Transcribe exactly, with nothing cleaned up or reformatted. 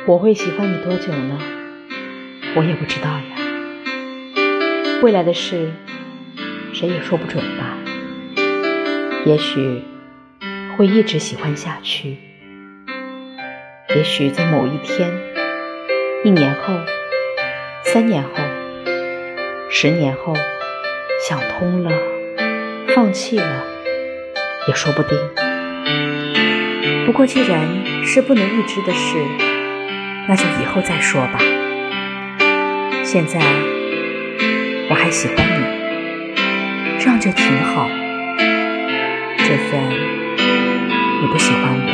我会喜欢你多久呢？我也不知道呀。未来的事，谁也说不准吧。也许会一直喜欢下去，也许在某一天，一年后，三年后，十年后，想通了，放弃了，也说不定。不过既然是不能预知的事，那就以后再说吧。现在我还喜欢你，这样就挺好。就算你不喜欢我。